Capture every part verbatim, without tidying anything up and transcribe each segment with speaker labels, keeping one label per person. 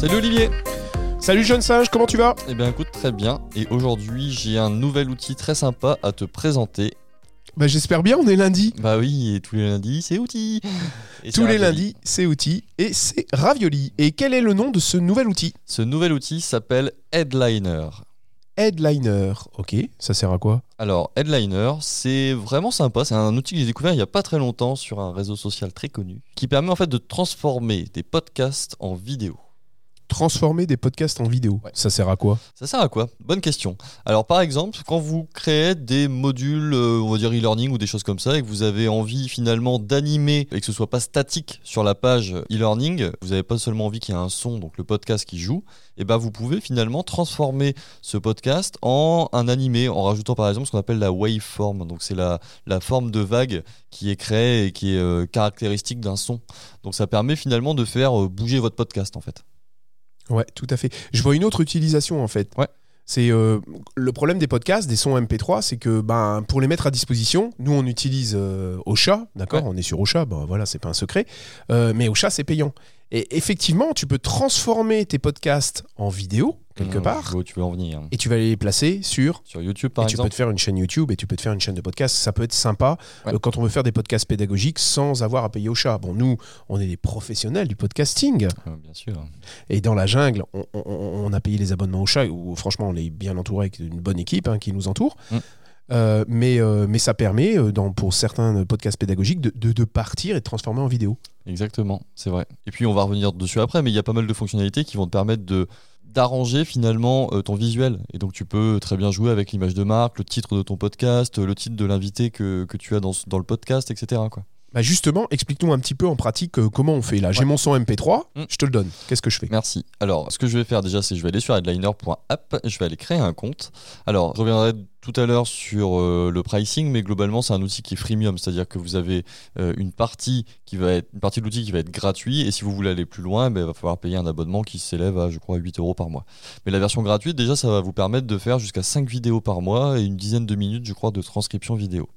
Speaker 1: Salut Olivier.
Speaker 2: Salut jeune singe, comment tu vas ?
Speaker 1: Eh bien écoute, très bien. Et aujourd'hui, j'ai un nouvel outil très sympa à te présenter.
Speaker 2: Bah j'espère bien, on est lundi.
Speaker 1: Bah oui, et tous les lundis, c'est outil. Et
Speaker 2: tous
Speaker 1: c'est
Speaker 2: les
Speaker 1: Ravioli.
Speaker 2: lundis, c'est outil et c'est Ravioli. Et quel est le nom de ce nouvel outil ?
Speaker 1: Ce nouvel outil s'appelle Headliner.
Speaker 2: Headliner, ok, ça sert à quoi ?
Speaker 1: Alors, Headliner, c'est vraiment sympa. C'est un outil que j'ai découvert il n'y a pas très longtemps sur un réseau social très connu qui permet en fait de transformer des podcasts en vidéo.
Speaker 2: Transformer des podcasts en vidéo,
Speaker 1: Ouais.
Speaker 2: ça sert à quoi ?
Speaker 1: Ça sert à quoi ? Bonne question. Alors par exemple, quand vous créez des modules, euh, on va dire e-learning ou des choses comme ça, et que vous avez envie finalement d'animer et que ce soit pas statique sur la page e-learning, vous n'avez pas seulement envie qu'il y ait un son, donc le podcast qui joue, et ben vous pouvez finalement transformer ce podcast en un animé en rajoutant par exemple ce qu'on appelle la waveform. Donc c'est la, la forme de vague qui est créée et qui est euh, caractéristique d'un son. Donc ça permet finalement de faire euh, bouger votre podcast en fait.
Speaker 2: Ouais, tout à fait. Je vois une autre utilisation en fait.
Speaker 1: Ouais.
Speaker 2: C'est euh, le problème des podcasts, des sons M P trois, c'est que ben pour les mettre à disposition, nous on utilise euh, Ocha, d'accord,
Speaker 1: Ouais.
Speaker 2: on est sur Ocha, ben voilà, c'est pas un secret, euh, mais Ocha c'est payant. Et effectivement, tu peux transformer tes podcasts en vidéo quelque
Speaker 1: Mmh,
Speaker 2: part,
Speaker 1: je vois où tu veux en venir.
Speaker 2: et tu vas les placer sur.
Speaker 1: Sur YouTube par
Speaker 2: et tu
Speaker 1: exemple.
Speaker 2: peux te faire une chaîne YouTube et tu peux te faire une chaîne de podcast. Ça peut être sympa
Speaker 1: Ouais.
Speaker 2: euh, quand on veut faire des podcasts pédagogiques sans avoir à payer Ocha. Bon, nous, on est des professionnels du podcasting.
Speaker 1: Euh, bien sûr.
Speaker 2: Et dans la jungle, on, on- on a payé les abonnements au chat, où franchement, on est bien entouré avec une bonne équipe hein, qui nous entoure.
Speaker 1: Mm.
Speaker 2: Euh, mais, euh, mais ça permet, euh, dans, pour certains podcasts pédagogiques, de, de, de partir et de transformer en vidéo.
Speaker 1: Exactement, c'est vrai. Et puis on va revenir dessus après, mais il y a pas mal de fonctionnalités qui vont te permettre de d'arranger finalement euh, ton visuel. Et donc tu peux très bien jouer avec l'image de marque, le titre de ton podcast, le titre de l'invité que, que tu as dans, dans le podcast, et cetera quoi.
Speaker 2: Bah justement, explique-nous un petit peu en pratique euh, comment on fait là. J'ai
Speaker 1: Ouais.
Speaker 2: mon son M P trois,
Speaker 1: Mm.
Speaker 2: je te le donne. Qu'est-ce que je fais ?
Speaker 1: Merci. Alors, ce que je vais faire déjà, c'est que je vais aller sur headliner point app, je vais aller créer un compte. Alors, je reviendrai tout à l'heure sur euh, le pricing, mais globalement, c'est un outil qui est freemium, c'est-à-dire que vous avez euh, une partie qui va être une partie de l'outil qui va être gratuit, et si vous voulez aller plus loin, ben, il va falloir payer un abonnement qui s'élève à, je crois, huit euros par mois. Mais la version gratuite, déjà, ça va vous permettre de faire jusqu'à cinq vidéos par mois et une dizaine de minutes, je crois, de transcription vidéo.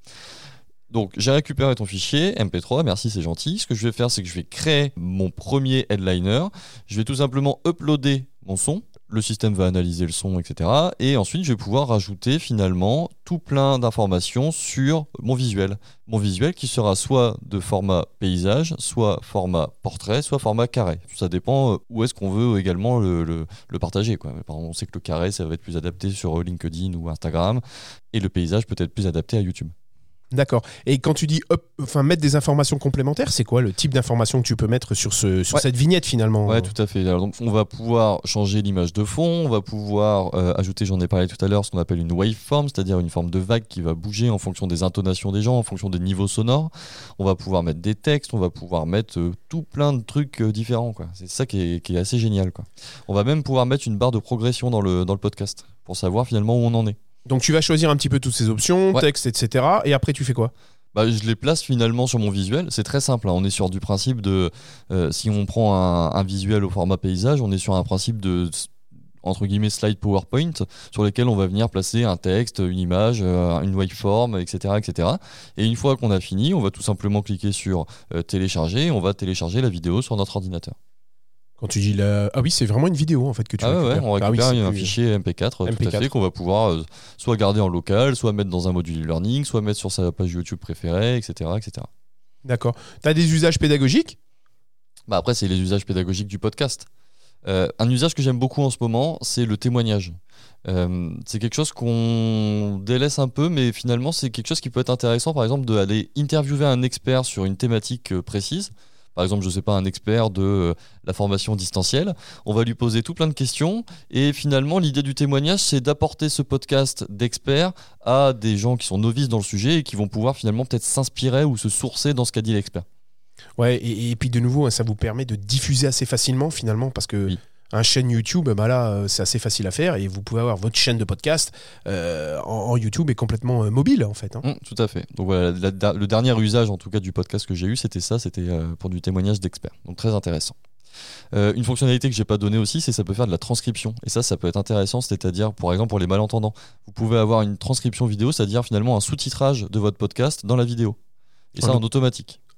Speaker 1: Donc j'ai récupéré ton fichier M P trois, merci, c'est gentil. Ce que je vais faire, c'est que je vais créer mon premier headliner. Je vais tout simplement uploader mon son. Le système va analyser le son, et cetera. Et ensuite, je vais pouvoir rajouter finalement tout plein d'informations sur mon visuel. Mon visuel qui sera soit de format paysage, soit format portrait, soit format carré. Ça dépend où est-ce qu'on veut également le, le, le partager, quoi. Par exemple, on sait que le carré, ça va être plus adapté sur LinkedIn ou Instagram. Et le paysage peut être plus adapté à YouTube.
Speaker 2: D'accord. Et quand tu dis up, enfin, mettre des informations complémentaires, c'est quoi le type d'information que tu peux mettre sur, ce, sur
Speaker 1: Ouais.
Speaker 2: cette vignette finalement ?
Speaker 1: Ouais, tout à fait. Alors, donc, on va pouvoir changer l'image de fond, on va pouvoir euh, ajouter, j'en ai parlé tout à l'heure, ce qu'on appelle une waveform, c'est-à-dire une forme de vague qui va bouger en fonction des intonations des gens, en fonction des niveaux sonores. On va pouvoir mettre des textes, on va pouvoir mettre euh, tout plein de trucs euh, différents, quoi. C'est ça qui est, qui est assez génial, quoi. On va même pouvoir mettre une barre de progression dans le, dans le podcast pour savoir finalement où on en est.
Speaker 2: Donc tu vas choisir un petit peu toutes ces options,
Speaker 1: Ouais.
Speaker 2: texte, et cetera. Et après tu fais quoi ?
Speaker 1: Bah, je les place finalement sur mon visuel. C'est très simple, hein. On est sur du principe de... euh, si on prend un, un visuel au format paysage, on est sur un principe de... entre guillemets slide PowerPoint sur lesquels on va venir placer un texte, une image, euh, une waveform, et cetera, et cetera. Et une fois qu'on a fini, on va tout simplement cliquer sur euh, télécharger et on va télécharger la vidéo sur notre ordinateur.
Speaker 2: Quand tu dis la... Ah oui, c'est vraiment une vidéo en fait que tu
Speaker 1: Ah ouais, ouais,
Speaker 2: récupères.
Speaker 1: on récupère
Speaker 2: Ah oui, c'est
Speaker 1: un
Speaker 2: plus-
Speaker 1: fichier M P quatre,
Speaker 2: M P
Speaker 1: tout
Speaker 2: quatre.
Speaker 1: à fait, qu'on va pouvoir euh, soit garder en local, soit mettre dans un module e-learning, soit mettre sur sa page YouTube préférée, et cetera, et cetera.
Speaker 2: D'accord. Tu as des usages pédagogiques ?
Speaker 1: Bah après, c'est les usages pédagogiques du podcast. Euh, un usage que j'aime beaucoup en ce moment, c'est le témoignage. Euh, c'est quelque chose qu'on délaisse un peu, mais finalement, c'est quelque chose qui peut être intéressant, par exemple, d'aller interviewer un expert sur une thématique euh, précise. Par exemple, je ne sais pas, un expert de euh, la formation distancielle. On va lui poser tout plein de questions. Et finalement, l'idée du témoignage, c'est d'apporter ce podcast d'experts à des gens qui sont novices dans le sujet et qui vont pouvoir finalement peut-être s'inspirer ou se sourcer dans ce qu'a dit l'expert.
Speaker 2: Ouais, et, et puis de nouveau, hein, ça vous permet de diffuser assez facilement finalement, parce que
Speaker 1: Oui.
Speaker 2: un chaîne YouTube, bah là, euh, c'est assez facile à faire et vous pouvez avoir votre chaîne de podcast euh, en, en YouTube et complètement euh, mobile en fait. Hein.
Speaker 1: Mmh, tout à fait. Donc voilà, la- la- le dernier usage en tout cas du podcast que j'ai eu, c'était ça, c'était euh, pour du témoignage d'experts. Donc très intéressant. Euh, une fonctionnalité que j'ai pas donnée aussi, c'est que ça peut faire de la transcription. Et ça, ça peut être intéressant, c'est-à-dire, par exemple, pour les malentendants. Vous pouvez avoir une transcription vidéo, c'est-à-dire finalement un sous-titrage de votre podcast dans la vidéo. Et ça
Speaker 2: En-
Speaker 1: en automatique.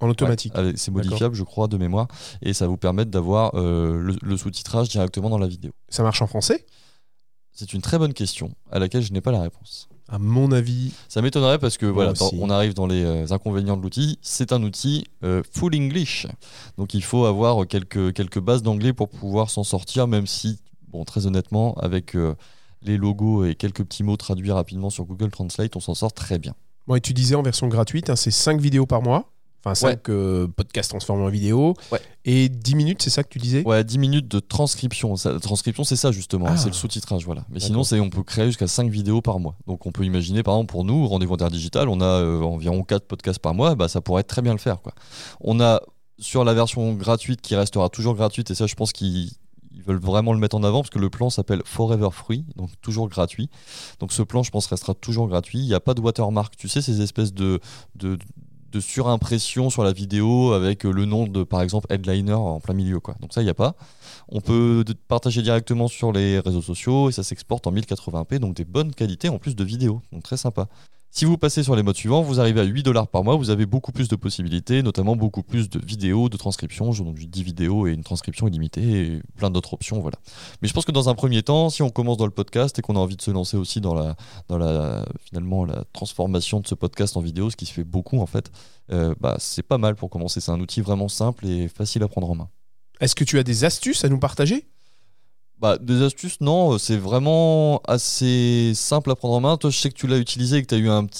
Speaker 2: En automatique.
Speaker 1: Ouais, c'est modifiable, je crois, de mémoire. Et ça va vous permettre d'avoir euh, le, le sous-titrage directement dans la vidéo.
Speaker 2: Ça marche en français ?
Speaker 1: C'est une très bonne question à laquelle je n'ai pas la réponse.
Speaker 2: À mon avis...
Speaker 1: Ça m'étonnerait parce que voilà, dans,
Speaker 2: aussi.
Speaker 1: on arrive dans les euh, inconvénients de l'outil. C'est un outil euh, full English. Donc il faut avoir quelques, quelques bases d'anglais pour pouvoir s'en sortir, même si, bon, très honnêtement, avec euh, les logos et quelques petits mots traduits rapidement sur Google Translate, on s'en sort très bien.
Speaker 2: Bon, et tu disais en version gratuite, hein, c'est cinq vidéos par mois. Enfin, cinq ouais. euh, podcasts transformés en vidéo.
Speaker 1: Ouais.
Speaker 2: Et dix minutes, c'est ça que tu disais ?
Speaker 1: Ouais, dix minutes de transcription. La transcription, c'est ça justement, ah. c'est le sous-titrage. Voilà. Mais D'accord. sinon, c'est, on peut créer jusqu'à cinq vidéos par mois. Donc on peut imaginer, par exemple, pour nous, Rendez-vous Interdigital, on a euh, environ quatre podcasts par mois. Bah, ça pourrait très bien le faire, quoi. On a, sur la version gratuite, qui restera toujours gratuite, et ça, je pense qu'ils ils veulent vraiment le mettre en avant, parce que le plan s'appelle Forever Free, donc toujours gratuit. Donc ce plan, je pense, restera toujours gratuit. Il n'y a pas de watermark. Tu sais, ces espèces de... de de surimpression sur la vidéo avec le nom de, par exemple, Headliner en plein milieu, quoi. Donc ça, il n'y a pas. On peut partager directement sur les réseaux sociaux et ça s'exporte en mille quatre-vingts p, donc des bonnes qualités en plus de vidéos. Donc très sympa. Si vous passez sur les modes suivants, vous arrivez à huit dollars par mois, vous avez beaucoup plus de possibilités, notamment beaucoup plus de vidéos, de transcriptions, donc dix vidéos et une transcription illimitée et plein d'autres options, voilà. Mais je pense que dans un premier temps, si on commence dans le podcast et qu'on a envie de se lancer aussi dans la, dans la, finalement, la transformation de ce podcast en vidéo, ce qui se fait beaucoup en fait, euh, bah, c'est pas mal pour commencer. C'est un outil vraiment simple et facile à prendre en main.
Speaker 2: Est-ce que tu as des astuces à nous partager ?
Speaker 1: Bah, des astuces, non, c'est vraiment assez simple à prendre en main. Toi, je sais que tu l'as utilisé et que tu as eu un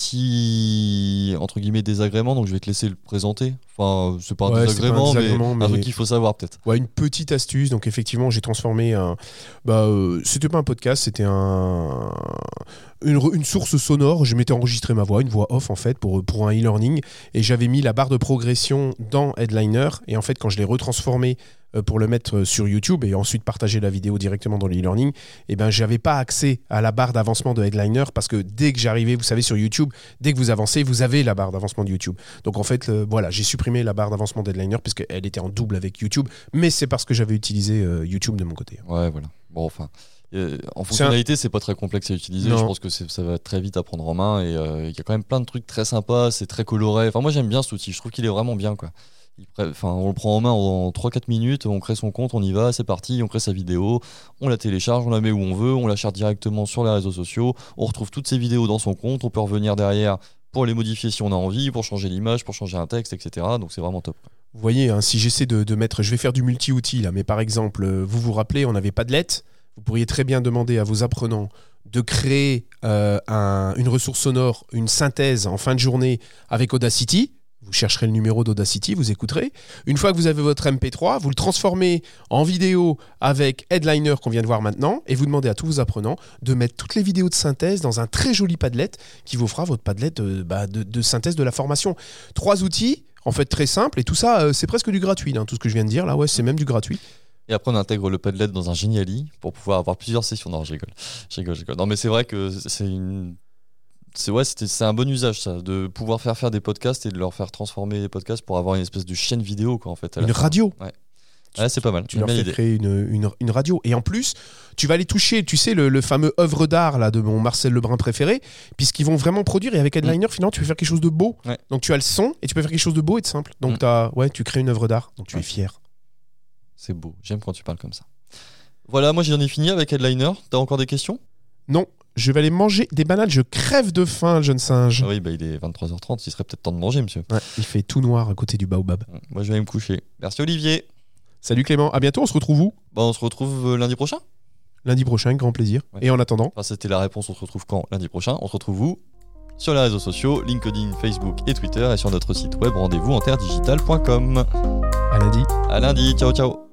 Speaker 1: petit, entre guillemets, désagrément, donc je vais te laisser le présenter. Enfin, c'est pas un, ouais, désagrément, pas un désagrément, mais, mais un truc qu'il faut savoir peut-être.
Speaker 2: Ouais, une petite astuce. Donc effectivement, j'ai transformé un... Bah, euh, c'était pas un podcast, c'était un... Une, une source sonore. Je m'étais enregistré ma voix, une voix off en fait, pour, pour un e-learning. Et j'avais mis la barre de progression dans Headliner. Et en fait, quand je l'ai retransformé pour le mettre sur YouTube et ensuite partager la vidéo directement dans le e-learning, eh ben, j'avais pas accès à la barre d'avancement de Headliner parce que dès que j'arrivais, vous savez, sur YouTube, dès que vous avancez, vous avez la barre d'avancement de YouTube. Donc en fait, euh, voilà, j'ai supprimé la barre d'avancement d'Headliner puisqu'elle était en double avec YouTube, mais c'est parce que j'avais utilisé euh, YouTube de mon côté.
Speaker 1: Ouais, voilà. Bon, enfin... Euh, en fonctionnalité, c'est, un... c'est pas très complexe à utiliser. Non. Je pense que c'est, ça va très vite à prendre en main et il euh, y a quand même plein de trucs très sympas. C'est très coloré. Enfin, moi, j'aime bien cet outil. Je trouve qu'il est vraiment bien, quoi. Il pré... enfin, on le prend en main en trois quatre minutes. On crée son compte, on y va, c'est parti. On crée sa vidéo, on la télécharge, on la met où on veut, on la charge directement sur les réseaux sociaux. On retrouve toutes ses vidéos dans son compte. On peut revenir derrière pour les modifier si on a envie, pour changer l'image, pour changer un texte, et cetera. Donc c'est vraiment top.
Speaker 2: Vous voyez, hein, si j'essaie de, de mettre, je vais faire du multi-outil là, mais par exemple, vous vous rappelez, on avait Padlet. Vous pourriez très bien demander à vos apprenants de créer euh, un, une ressource sonore, une synthèse en fin de journée avec Audacity. Vous chercherez le numéro d'Audacity, vous écouterez. Une fois que vous avez votre M P trois, vous le transformez en vidéo avec Headliner qu'on vient de voir maintenant et vous demandez à tous vos apprenants de mettre toutes les vidéos de synthèse dans un très joli Padlet qui vous fera votre Padlet de, bah, de, de synthèse de la formation. Trois outils, en fait très simples et tout ça, euh, c'est presque du gratuit. Hein, tout ce que je viens de dire là, ouais, c'est même du gratuit.
Speaker 1: Et après, on intègre le Padlet dans un Geniali pour pouvoir avoir plusieurs sessions. Non, je rigole. Je rigole, je rigole. Non, mais c'est vrai que c'est une... C'est, ouais, c'était, c'est un bon usage, ça, de pouvoir faire faire des podcasts et de leur faire transformer les podcasts pour avoir une espèce de chaîne vidéo, quoi, en fait.
Speaker 2: Une radio.
Speaker 1: Ouais. Ouais, c'est pas mal.
Speaker 2: Tu leur fais créer une, une, une radio. Et en plus, tu vas aller toucher, tu sais, le, le fameux œuvre d'art là, de mon Marcel Lebrun préféré, puisqu'ils vont vraiment produire. Et avec Headliner, mmh. finalement, tu peux faire quelque chose de beau. Ouais. Donc tu as le son et tu peux faire quelque chose de beau et de simple. Donc mmh. t'as, ouais, tu crées une œuvre d'art. Donc tu ouais. es fier.
Speaker 1: C'est beau. J'aime quand tu parles comme ça. Voilà, moi j'en ai fini avec Headliner. T'as encore des questions ?
Speaker 2: Non. Je vais aller manger des bananes, je crève de faim, jeune singe.
Speaker 1: Ah oui, bah il est vingt-trois heures trente, il serait peut-être temps de manger, monsieur.
Speaker 2: Ouais, il fait tout noir à côté du baobab.
Speaker 1: Moi, je vais aller me coucher. Merci, Olivier.
Speaker 2: Salut, Clément. À bientôt, on se retrouve où ?
Speaker 1: Bah, on se retrouve lundi prochain.
Speaker 2: Lundi prochain, avec grand plaisir. Ouais. Et en attendant
Speaker 1: enfin, c'était la réponse, on se retrouve quand ? Lundi prochain. On se retrouve où ? Sur les réseaux sociaux, LinkedIn, Facebook et Twitter, et sur notre site web rendez-vous interdigital point com.
Speaker 2: À lundi.
Speaker 1: À lundi, ciao, ciao.